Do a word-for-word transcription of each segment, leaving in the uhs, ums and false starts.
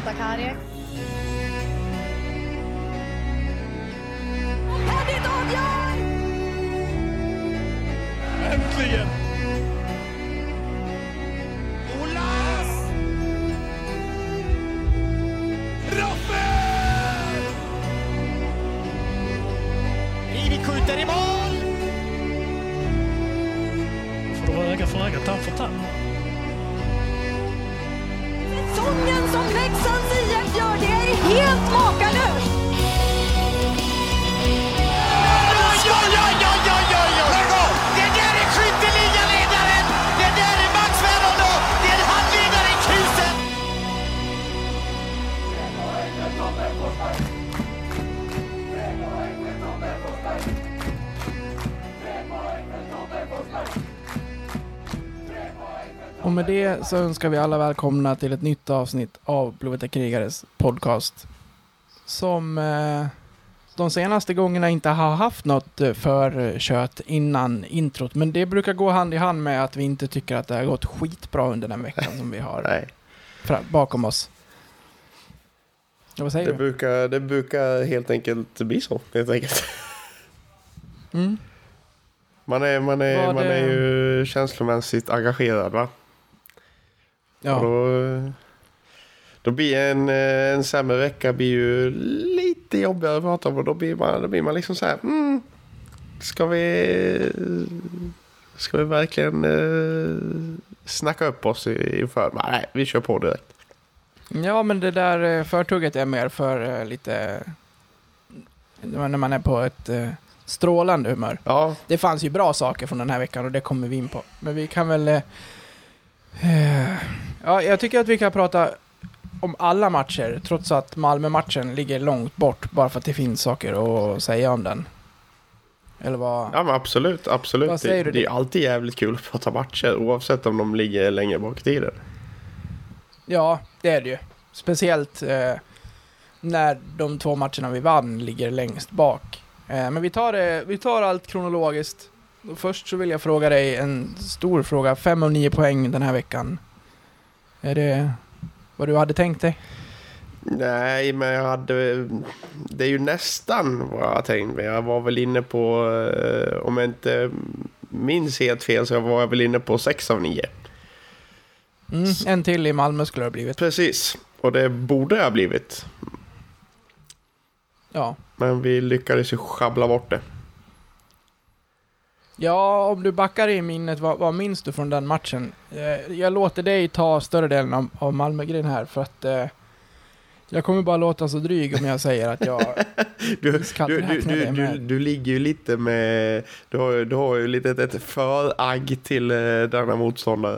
Sakari. Henrik avgör! Äntligen! Olas! Raffel! Rivik skjuter i mål! Får du vara öga för öga, tand för tand. Säsongen som Leksands I F gör, det är helt makalöst! Oj, oj, oj, oj, oj, oj, oj! Det där är skytteligaledaren! Det där är Max Verano! Det är handledare i krusen! Och med det så önskar vi alla välkomna till ett nytt avsnitt av Blåvita krigares podcast. Som eh, de senaste gångerna inte har haft något förkött innan introt. Men det brukar gå hand i hand med att vi inte tycker att det har gått skitbra under den veckan som vi har Nej. fra- bakom oss. Ja, vad säger Det du? brukar, det brukar helt enkelt bli så, helt enkelt. Mm. Man är, man är, Var man det- är ju känslomässigt engagerad, va? Och Ja. då, då blir en, en sämre vecka blir ju lite jobbigare att prata om. Och då blir man, då blir man liksom så här, mm, ska vi ska vi verkligen eh, snacka upp oss inför? Nej, vi kör på direkt. ja, men det där eh, förtugget är mer för eh, lite när man är på ett eh, strålande humör. Ja, Det fanns ju bra saker från den här veckan och det kommer vi in på. Men vi kan väl... Eh, eh, ja, jag tycker att vi kan prata om alla matcher trots att Malmö-matchen ligger långt bort bara för att det finns saker att säga om den. Eller vad? ja men absolut, absolut. Vad säger det, du det är det? alltid jävligt kul att prata matcher oavsett om de ligger längre bak i tiden. Ja, det är det ju. Speciellt eh, när de två matcherna vi vann ligger längst bak. Eh, men vi tar, det, vi tar allt kronologiskt. Och först så vill jag fråga dig en stor fråga. Fem av nio poäng den här veckan. Är det vad du hade tänkt dig? Nej, men jag hade... Det är ju nästan vad jag tänkte. Jag var väl inne på... eh, Om jag inte minns helt fel så var jag väl inne på sex av nio. Mm, en till i Malmö skulle det ha blivit. Precis. Och det borde ha blivit. Ja. Men vi lyckades ju schabbla bort det. Ja, om du backar i minnet, vad, vad minns du från den matchen? Eh, jag låter dig ta större delen av, av Malmö-grejen här för att eh, jag kommer bara låta så dryg om jag säger att jag Du, iskallt du, du, räknar du, det du, med. du ligger ju lite med... Du har, ju- du har ju lite ett, ett föragg till eh, denna motståndare.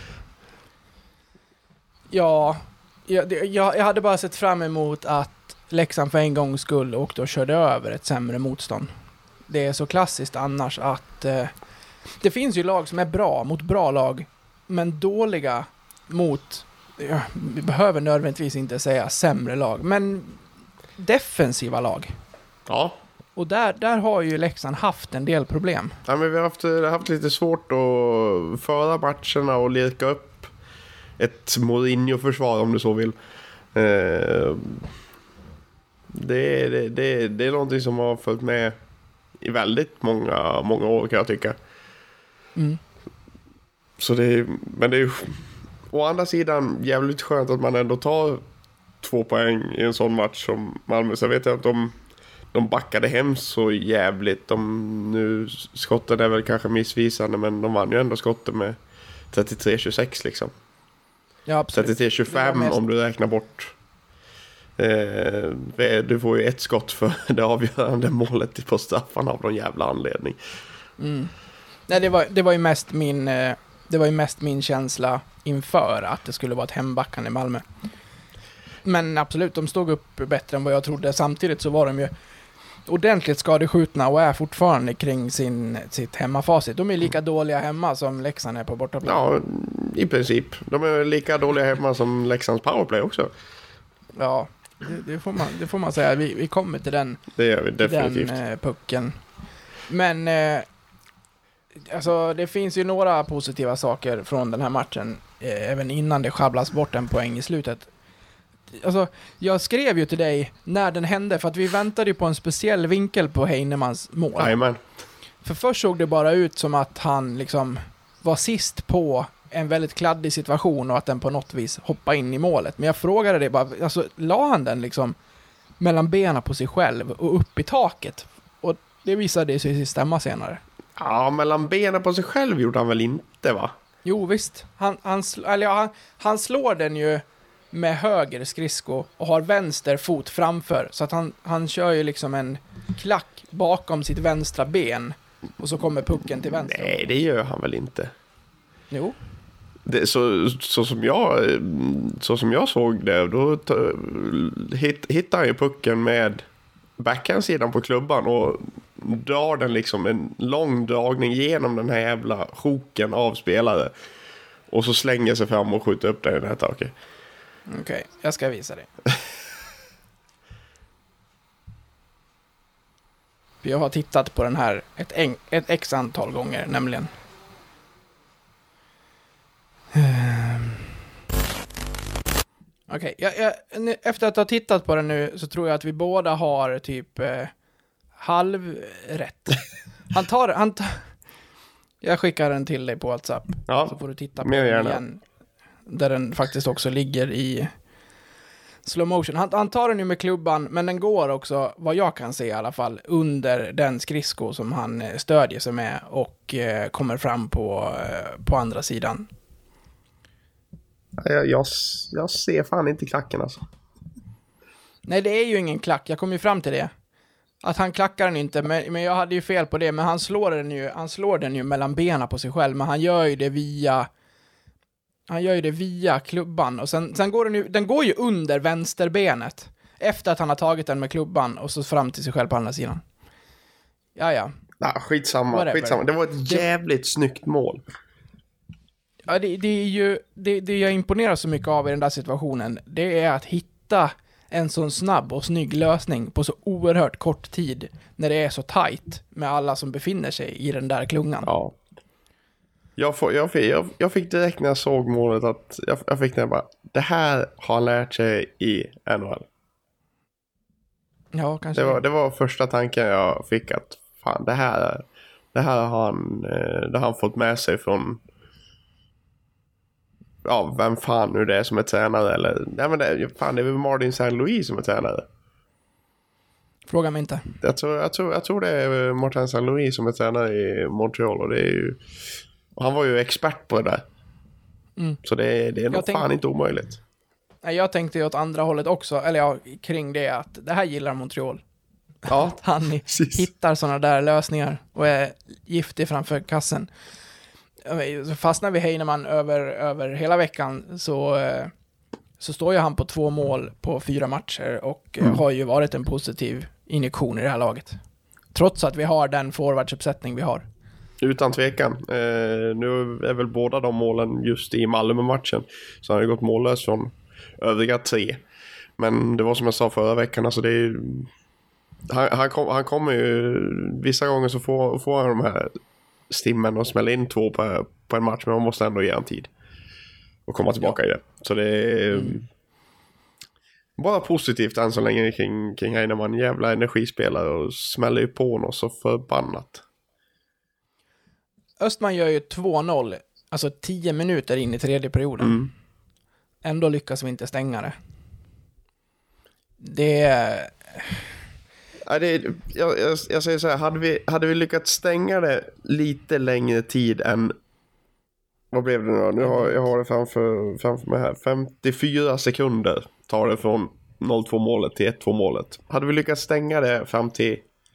Ja, jag, det- jag, jag hade bara sett fram emot att Leksand för en gångs skull åkte och körde över ett sämre motstånd. Det är så klassiskt annars att eh, det finns ju lag som är bra mot bra lag, men dåliga mot, ja, vi behöver nödvändigtvis inte säga sämre lag, men defensiva lag. Ja. Och där, där har ju Leksand haft en del problem. Ja, men vi har haft, haft lite svårt att föra matcherna och leka upp ett Mourinho-försvar om du så vill. Eh, det, det, det, det är någonting som har följt med i väldigt många, många år kan jag tycka. Mm. Så det är, men det är ju å andra sidan jävligt skönt att man ändå tar två poäng i en sån match som Malmö. Så jag vet att de, de backade hem så jävligt. De, nu, skotten är väl kanske missvisande, men de vann ju ändå skotten med trettiotre tjugosex liksom. Ja, absolut. trettiotre Det tjugofem var mest- om du räknar bort. Eh, du får ju ett skott för det avgörande målet på straffan av någon jävla anledning. Mm. Nej, det var, det var ju mest min eh, det var ju mest min känsla inför att det skulle vara ett hembackande i Malmö. Men absolut, de stod upp bättre än vad jag trodde. Samtidigt så var de ju ordentligt skadeskjutna och är fortfarande kring sin, sitt hemmafacit. De är lika dåliga hemma som Leksand är på bortaplan. Ja, i princip. De är lika dåliga hemma som Leksands powerplay också. Ja, det, det, får, man, det får man säga. Vi, vi kommer till den, Det gör vi till definitivt. den eh, pucken. Men eh, alltså, det finns ju några positiva saker från den här matchen. Eh, även innan det schabblas bort en poäng i slutet. alltså, jag skrev ju till dig när den hände, för att vi väntade ju på en speciell vinkel på Heinemans mål. Jajamän. För först såg det bara ut som att han liksom var sist på en väldigt kladdig situation och att den på något vis hoppade in i målet. Men jag frågade dig bara, alltså la han den liksom mellan benen på sig själv och upp i taket? Och det visade sig stämma senare. Ja, mellan benen på sig själv gjorde han väl inte, va? Jo, visst. Han, han, eller ja, han, han slår den ju med höger skridsko och har vänster fot framför. Så att han, han kör ju liksom en klack bakom sitt vänstra ben. Och så kommer pucken till vänster. Nej, det gör han väl inte. Jo. Det, så, så, som jag, så som jag såg det, då t- hit, hittar han ju pucken med backhandsidan på klubban och drar den liksom en lång dragning genom den här jävla sjoken av spelare. Och så slänger sig fram och skjuter upp den i det här taket. Okej, okay, jag ska visa dig. Jag har tittat på den här ett, en, ett x antal gånger, nämligen. Okej, okay, jag, jag, efter att ha tittat på den nu så tror jag att vi båda har typ eh, halvrätt. Han tar, han tar, jag skickar den till dig på WhatsApp. Ja, så får du titta på den gärna. Igen. Där den faktiskt också ligger i slow motion. Han, han tar den ju med klubban, men den går också, vad jag kan se i alla fall, under den skridsko som han stödjer sig med och eh, kommer fram på, eh, på andra sidan. Jag, jag, jag ser fan inte klacken alltså. Nej, det är ju ingen klack. Jag kom ju fram till det. Att han klackar den inte, men, men jag hade ju fel på det. Men han slår den ju, han slår den ju mellan benen på sig själv. Men han gör ju det via han gör ju det via klubban. Och sen, sen går den ju, den går ju under vänsterbenet. Efter att han har tagit den med klubban och så fram till sig själv på andra sidan. Ja, ja. Nah, skitsamma, skitsamma. Det var ett jävligt det... snyggt mål. Ja, det, det är ju det, det jag imponerar så mycket av i den där situationen, det är att hitta en sån snabb och snygg lösning på så oerhört kort tid när det är så tajt med alla som befinner sig i den där klungan. Ja. Jag, får, jag, fick, jag, jag fick direkt när jag såg målet att jag, jag fick när jag bara, det här har han lärt sig i N H L. Ja, kanske. Det var, det var första tanken jag fick att fan, det här, det här har han, det har han fått med sig från ja, vem fan nu det är som är tränare eller, nej men det, fan, det är väl Martin Saint Louis som är tränare. Fråga mig inte. Jag tror, jag tror, jag tror det är Martin Saint Louis som är tränare i Montreal och det är ju, och han var ju expert på det där. Mm. Så det är, det är nog tänk... fan inte omöjligt. Nej, jag tänkte ju åt andra hållet också, eller ja, kring det att det här gillar Montreal. Ja, att han hittar sådana där lösningar och är giftig framför kassen. Så fastnar vi Heineman över, över hela veckan så, så står ju han på två mål på fyra matcher och mm. har ju varit en positiv injektion i det här laget. Trots att vi har den forwardsuppsättning vi har. Utan tvekan. Eh, nu är väl båda de målen just i Malmö-matchen. Så han har ju gått mållös från övriga tre. Men det var som jag sa förra veckan. Alltså det är ju, han, han, kom, han kommer ju, vissa gånger så får, får han de här stimmen och smälla in två på, på en match. Men man måste ändå ge en tid och komma tillbaka ja. i det. Så det är mm. bara positivt än så länge kring, kring Heineman. Jävla energispelare och smäller ju på något så förbannat. Östman gör ju två noll, alltså tio minuter in i tredje perioden. Mm. Ändå lyckas vi inte stänga det. Det är... Ja, det är jag, jag, jag säger så här, hade vi, hade vi lyckats stänga det lite längre tid än... Vad blev det nu då? Nu har, jag har det framför, framför mig här. femtiofyra sekunder tar det från noll två målet till ett två målet. Hade vi lyckats stänga det fram till...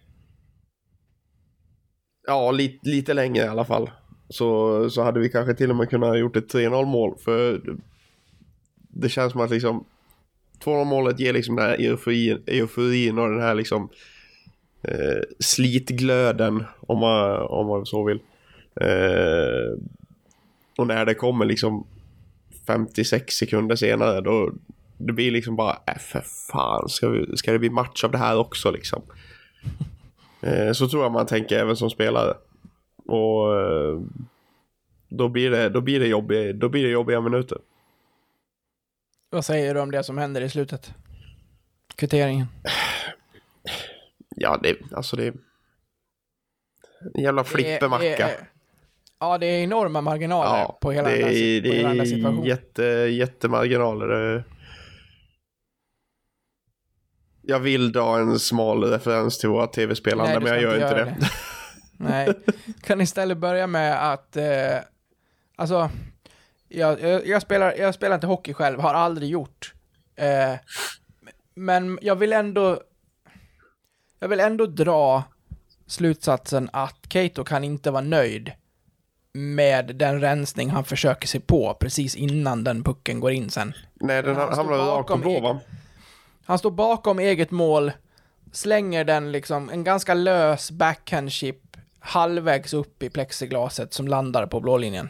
Ja, lite, lite längre i alla fall. Så, så hade vi kanske till och med kunnat ha gjort ett tre noll mål. För det känns som att liksom två noll målet ger liksom den här euforin, euforin och den här liksom eh, slitglöden om man, om man så vill. Eh, och när det kommer liksom femtiosex sekunder senare då det blir liksom bara äh, för fan, ska, vi, ska det bli match av det här också liksom. Så tror jag man tänker även som spelare. Och då blir det då blir det jobbiga, då blir det jobbiga minuter. Vad säger du om det som händer i slutet? Kvitteringen. Ja, det, alltså det är en jävla flippermacka. Det är, det är, ja, det är enorma marginaler ja, på hela det den här, är, på hela den här det är situationen. jätte, jättemarginaler. Jag vill dra en smal referens till våra tv-spelande, Nej, men jag gör inte det. det. Nej, kan istället börja med att eh, alltså jag, jag, jag, spelar, jag spelar inte hockey själv, har aldrig gjort. Eh, men jag vill ändå jag vill ändå dra slutsatsen att Cato kan inte vara nöjd med den rensning han försöker sig på precis innan den pucken går in sen. Nej, den han hamnar rakt på blå, va? Han står bakom eget mål, slänger den liksom, en ganska lös backhand chip halvvägs upp i plexiglaset som landar på blålinjen.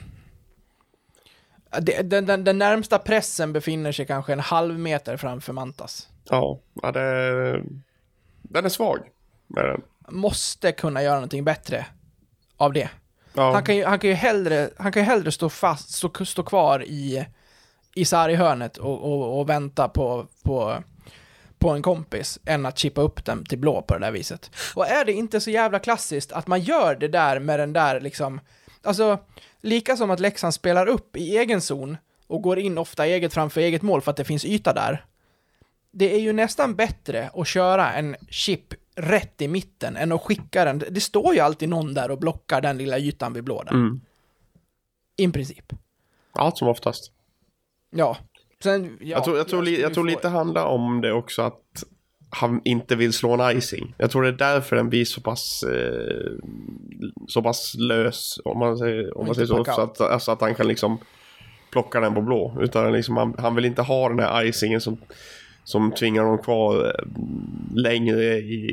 Den, den, den närmsta pressen befinner sig kanske en halv meter framför Mantas. Ja, ja det, den är svag med den. Måste kunna göra någonting bättre av det. Ja. Han kan ju, han kan ju hellre, han kan ju hellre stå fast, stå, stå kvar i, i sarghörnet och, och, och vänta på, på, på en kompis än att chippa upp den till blå på det där viset. Och är det inte så jävla klassiskt att man gör det där med den där liksom, alltså lika som att Leksand spelar upp i egen zon och går in ofta eget framför eget mål för att det finns yta där. Det är ju nästan bättre att köra en chip rätt i mitten än att skicka den. Det står ju alltid någon där och blockar den lilla ytan vid blå där. Mm. I princip. Allt som oftast. Ja. Sen, ja jag tror, jag tror, li, jag tror få... lite handlar om det också att han inte vill slå en icing. Jag tror det är därför den blir så pass eh, så pass lös om man säger, om man säger så, så att, alltså att han kan liksom plocka den på blå. Utan liksom han, han vill inte ha den här icingen som som tvingar dem kvar längre i,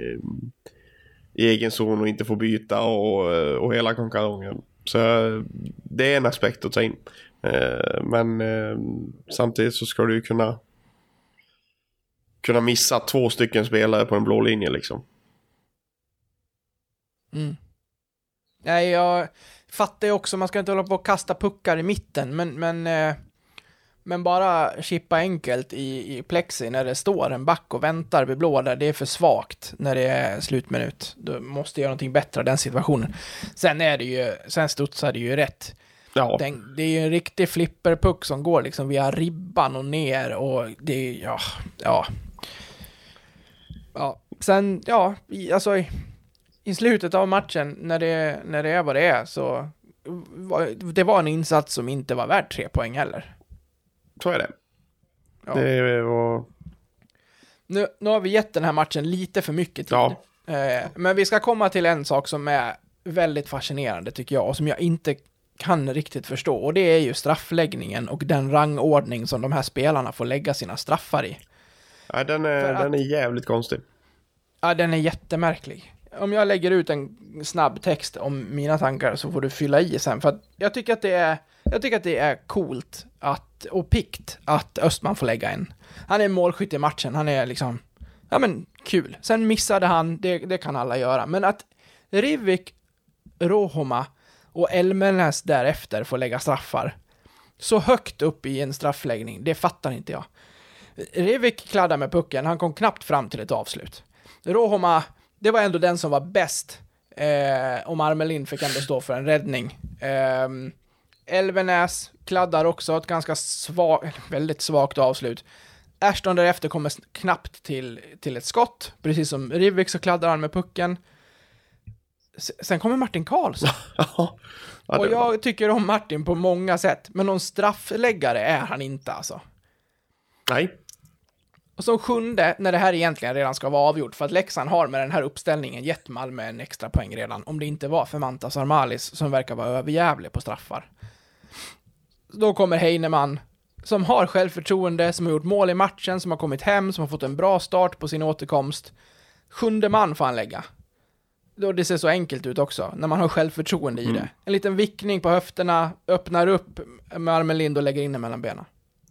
i egen zon och inte får byta och, och hela konkarongen. Så det är en aspekt att ta in. Men samtidigt så ska du ju kunna kunna missa två stycken spelare på en blå linje liksom. Mm. Nej, jag fattar ju också, man ska inte hålla på och kasta puckar i mitten, men men Men bara chippa enkelt i, i plexi när det står en back och väntar vid blå där, det är för svagt när det är slutminut. Då måste göra någonting bättre i den situationen. Sen är det ju, sen studsar det ju rätt. Ja. Den, det är ju en riktig flipperpuck som går liksom via ribban och ner och det är, ja, ja. Ja, sen, ja, i, alltså i, i slutet av matchen när det, när det är vad det är så det var en insats som inte var värd tre poäng heller. Så är det. Ja. Det var... nu, nu har vi gett den här matchen lite för mycket tid. Ja. Eh, men vi ska komma till en sak som är väldigt fascinerande tycker jag och som jag inte kan riktigt förstå. Och det är ju straffläggningen och den rangordning som de här spelarna får lägga sina straffar i. Ja, den är, För den att- är jävligt konstig. Ja, den är jättemärklig. Om jag lägger ut en snabb text om mina tankar så får du fylla i sen. För att jag tycker att det är, jag tycker att det är coolt att, och pikt att Östman får lägga en. Han är målskytt i matchen. Han är liksom, ja men kul. Sen missade han, det, det kan alla göra. Men att Rivik, Rohoma och Elmenäs därefter får lägga straffar så högt upp i en straffläggning, det fattar inte jag. Rivik kladdade med pucken, han kom knappt fram till ett avslut. Rohoma, det var ändå den som var bäst. Eh, och Marmelin fick ändå stå för en räddning. Eh, Elvenäs kladdar också ett ganska svag, väldigt svagt avslut. Ashton därefter kommer knappt till, till ett skott. Precis som Rivik så kladdar han med pucken. S- sen kommer Martin Karlsson. Ja, Och det- jag tycker om Martin på många sätt. Men någon straffläggare är han inte alltså. Nej. Och som sjunde, när det här egentligen redan ska vara avgjort, för att Leksand har med den här uppställningen gett Malmö en extra poäng redan, om det inte var för Mantas Armalis som verkar vara överjävlig på straffar. Då kommer Heinemann, som har självförtroende, som har gjort mål i matchen, som har kommit hem, som har fått en bra start på sin återkomst. Sjunde man får han lägga. Då det ser så enkelt ut också, när man har självförtroende i det. En liten vickning på höfterna, öppnar upp med armen lind och lägger in den mellan benen.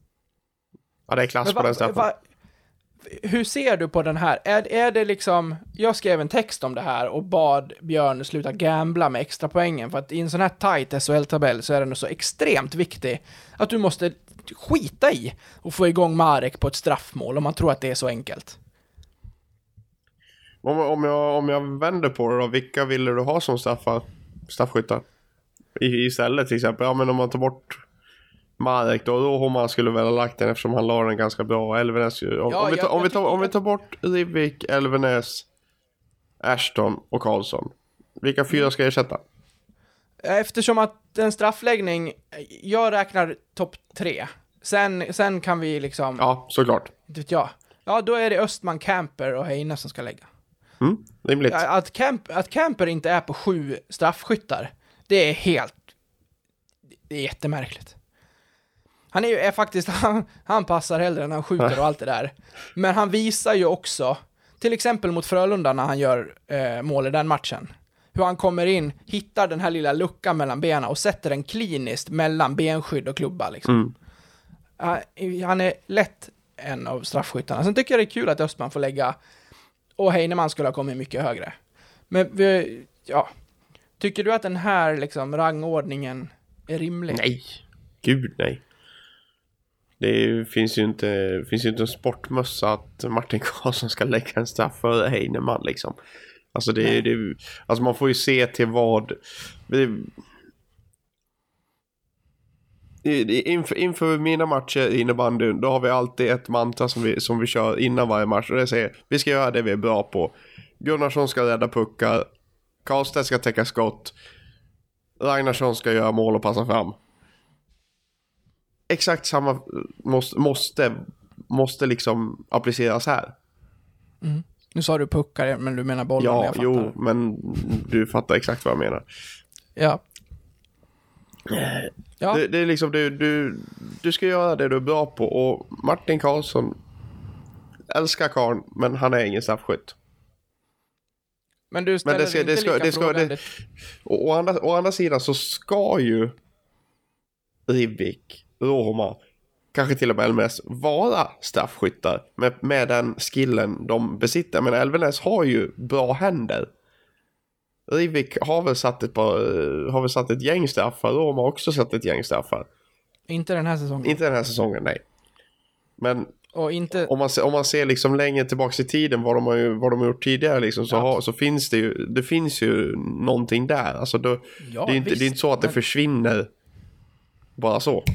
Ja, det är klass Men på va, den straffen. va, hur ser du på den här? Är, är det liksom, jag skrev en text om det här och bad Björn sluta gambla med extra poängen, för att i en sån här tight S H L-tabell så är den så extremt viktig att du måste skita i och få igång Marek på ett straffmål om man tror att det är så enkelt. Om, om, jag, om jag vänder på det då, vilka ville du ha som straffar, straffskyttar? I, istället till exempel, ja men om man tar bort Marek då, då Homar skulle väl ha lagt den eftersom han la den ganska bra. Elvenäs, om, Ja, om, vi jag- tar, om, vi jag tar, tycker- om vi tar bort Rivik, Elvenäs, Ashton och Karlsson. Vilka fyra ska jag ersätta? Eftersom att en straffläggning, jag räknar topp tre. Sen, sen kan vi liksom, Ja, såklart. inte vet jag. Ja, då är det Östman, Camper och Heine som ska lägga. Mm, rimligt. Att, Camp, att Camper inte är på sju straffskyttar, det är helt, det är jättemärkligt. Han är ju är faktiskt, han, han passar hellre än han skjuter och allt det där. Men han visar ju också, till exempel mot Frölunda när han gör eh, mål i den matchen, hur han kommer in, hittar den här lilla luckan mellan benen och sätter den kliniskt mellan benskydd och klubba liksom. Mm. Han, han är lätt en av straffskyttarna. Sen tycker jag det är kul att Östman får lägga, och Heinemann skulle ha kommit mycket högre. Men vi, ja, tycker du att den här liksom rangordningen är rimlig? Nej, gud nej. Det är, finns ju inte finns ju inte en sportmössa att Martin Karlsson ska lägga en straff för Heinemann liksom. Alltså det, det alltså man får ju se till vad det, det, det, inför, inför mina matcher i innebandyn, då har vi alltid ett mantra som vi, som vi kör innan varje match, och det säger vi ska göra det vi är bra på. Gunnarsson ska rädda puckar, Karlstedt ska täcka skott, Ragnarsson ska göra mål och passa fram. Exakt samma måste, måste, måste liksom appliceras här. Mm. Nu sa du puckar, men du menar bollen. Ja, jag fattar. jo, men du fattar exakt vad jag menar. Ja. Ja. Det, det är liksom, du, du, du ska göra det du är bra på, och Martin Karlsson älskar karln, men han är ingen straffskytt. Men du ställer Men det ska, inte det ska, lika det ska, frågan. det, å, å, andra, å andra sidan så ska ju Rivik, Rohoma, kanske till och med Elvenäs vara straffskyttar med, med den skillen de besitter. Men Elvenäs har ju bra händer. Rivik har väl satt ett, par, har väl satt ett gäng straffar. Rohoma har också satt ett gäng straffar. Inte den här säsongen. Inte den här säsongen, nej. Men Och inte... om man, om man ser liksom längre tillbaka i tiden vad de har, ju, vad de har gjort tidigare liksom, så, Ja. har, så finns det ju det finns ju någonting där. Alltså då, Ja, det, är inte, visst, det är inte så att det men- försvinner bara så.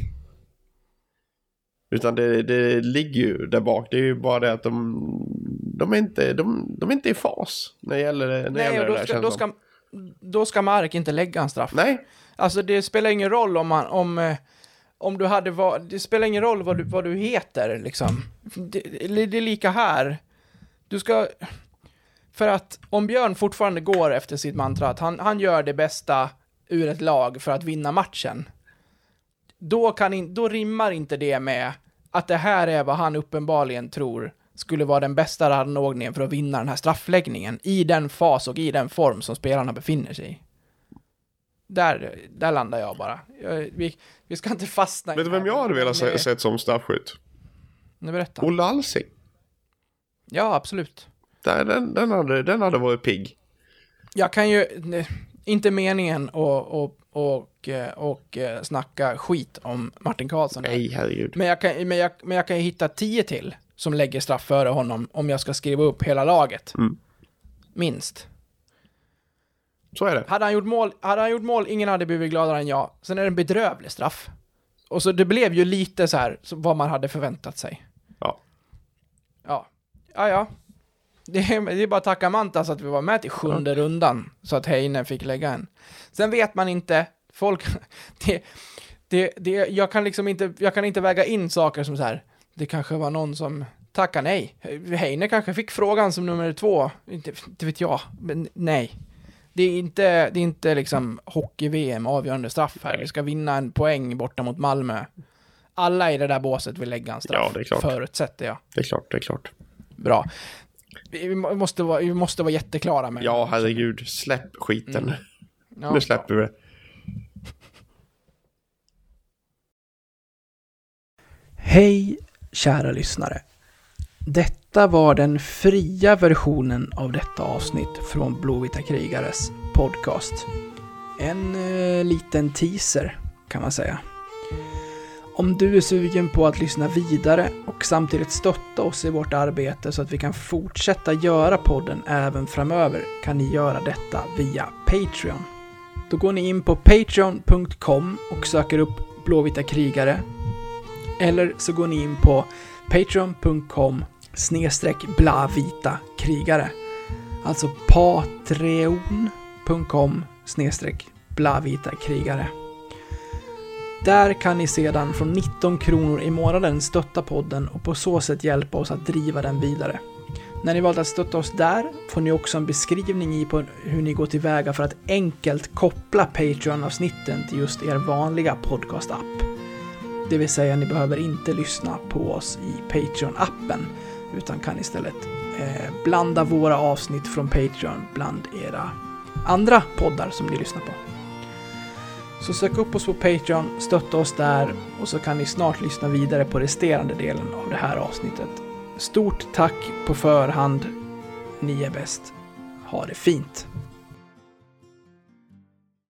Utan det, det ligger ju där bak. Det är ju bara det att de de är inte, de, de är inte i fas när det gäller, när det Nej, gäller och då det där, ska, känns då, det ska, då ska Marek inte lägga en straff. Nej, Alltså det spelar ingen roll om man, om, eh, om du hade var, det spelar ingen roll vad du, vad du heter liksom. Det, det är lika här. Du ska, för att om Björn fortfarande går efter sitt mantra att han, han gör det bästa ur ett lag för att vinna matchen, då, kan in, då rimmar inte det med att det här är vad han uppenbarligen tror skulle vara den bästa rangordningen för att vinna den här straffläggningen i den fas och i den form som spelarna befinner sig i. Där, där landar jag bara. Jag, vi, vi ska inte fastna i vet du det vem här. jag hade velat se, Nej. sett som straffskytt? Nu berätta. Olle Alsing. Ja, absolut. Där, den, den, hade, den hade varit pigg. Jag kan ju, inte meningen och, och, och, och snacka skit om Martin Karlsson. Nej, herregud. Men jag, kan, men, jag, men jag kan ju hitta tio till som lägger straff före honom om jag ska skriva upp hela laget. Mm. Minst. Så är det. Hade han gjort mål, hade han gjort mål, ingen hade blivit gladare än jag. Sen är det en bedrövlig straff. Och så det blev ju lite så här så vad man hade förväntat sig. Ja. Ja. Ja, ja. Det är, det är bara att tacka Mantas att vi var med till sjunde rundan så att Heine fick lägga en. Sen vet man inte, folk, det, det, det, jag kan liksom inte, jag kan inte väga in saker som så här, det kanske var någon som tackade nej. Heine kanske fick frågan som nummer två, inte, inte vet jag, men nej. Det är inte, det är inte liksom hockey-V M avgörande straff här. Vi ska vinna en poäng borta mot Malmö. Alla i det där båset vill lägga en straff. Ja, det är klart. Förutsätter jag. Det är klart, det är klart. Bra. Vi måste vara, vi måste vara jätteklara med Ja, herregud. Släpp skiten. Mm. Ja, Nu släpper vi det. Hej, kära lyssnare. Detta var den fria versionen av detta avsnitt från Blåvita krigares podcast. En eh, liten teaser, kan man säga. Om du är sugen på att lyssna vidare och samtidigt stötta oss i vårt arbete så att vi kan fortsätta göra podden även framöver kan ni göra detta via Patreon. Då går ni in på patreon punkt com och söker upp Blåvita krigare. Eller så går ni in på patreon punkt com snedstreck blavita krigare. Alltså patreon punkt com snedstreck blavita krigare. Där kan ni sedan från nitton kronor i månaden stötta podden och på så sätt hjälpa oss att driva den vidare. När ni valt att stötta oss där får ni också en beskrivning i på hur ni går tillväga för att enkelt koppla Patreon-avsnitten till just er vanliga podcast-app. Det vill säga ni behöver inte lyssna på oss i Patreon-appen utan kan istället eh, blanda våra avsnitt från Patreon bland era andra poddar som ni lyssnar på. Så sök upp oss på Patreon, stötta oss där och så kan ni snart lyssna vidare på resterande delen av det här avsnittet. Stort tack på förhand. Ni är bäst. Ha det fint.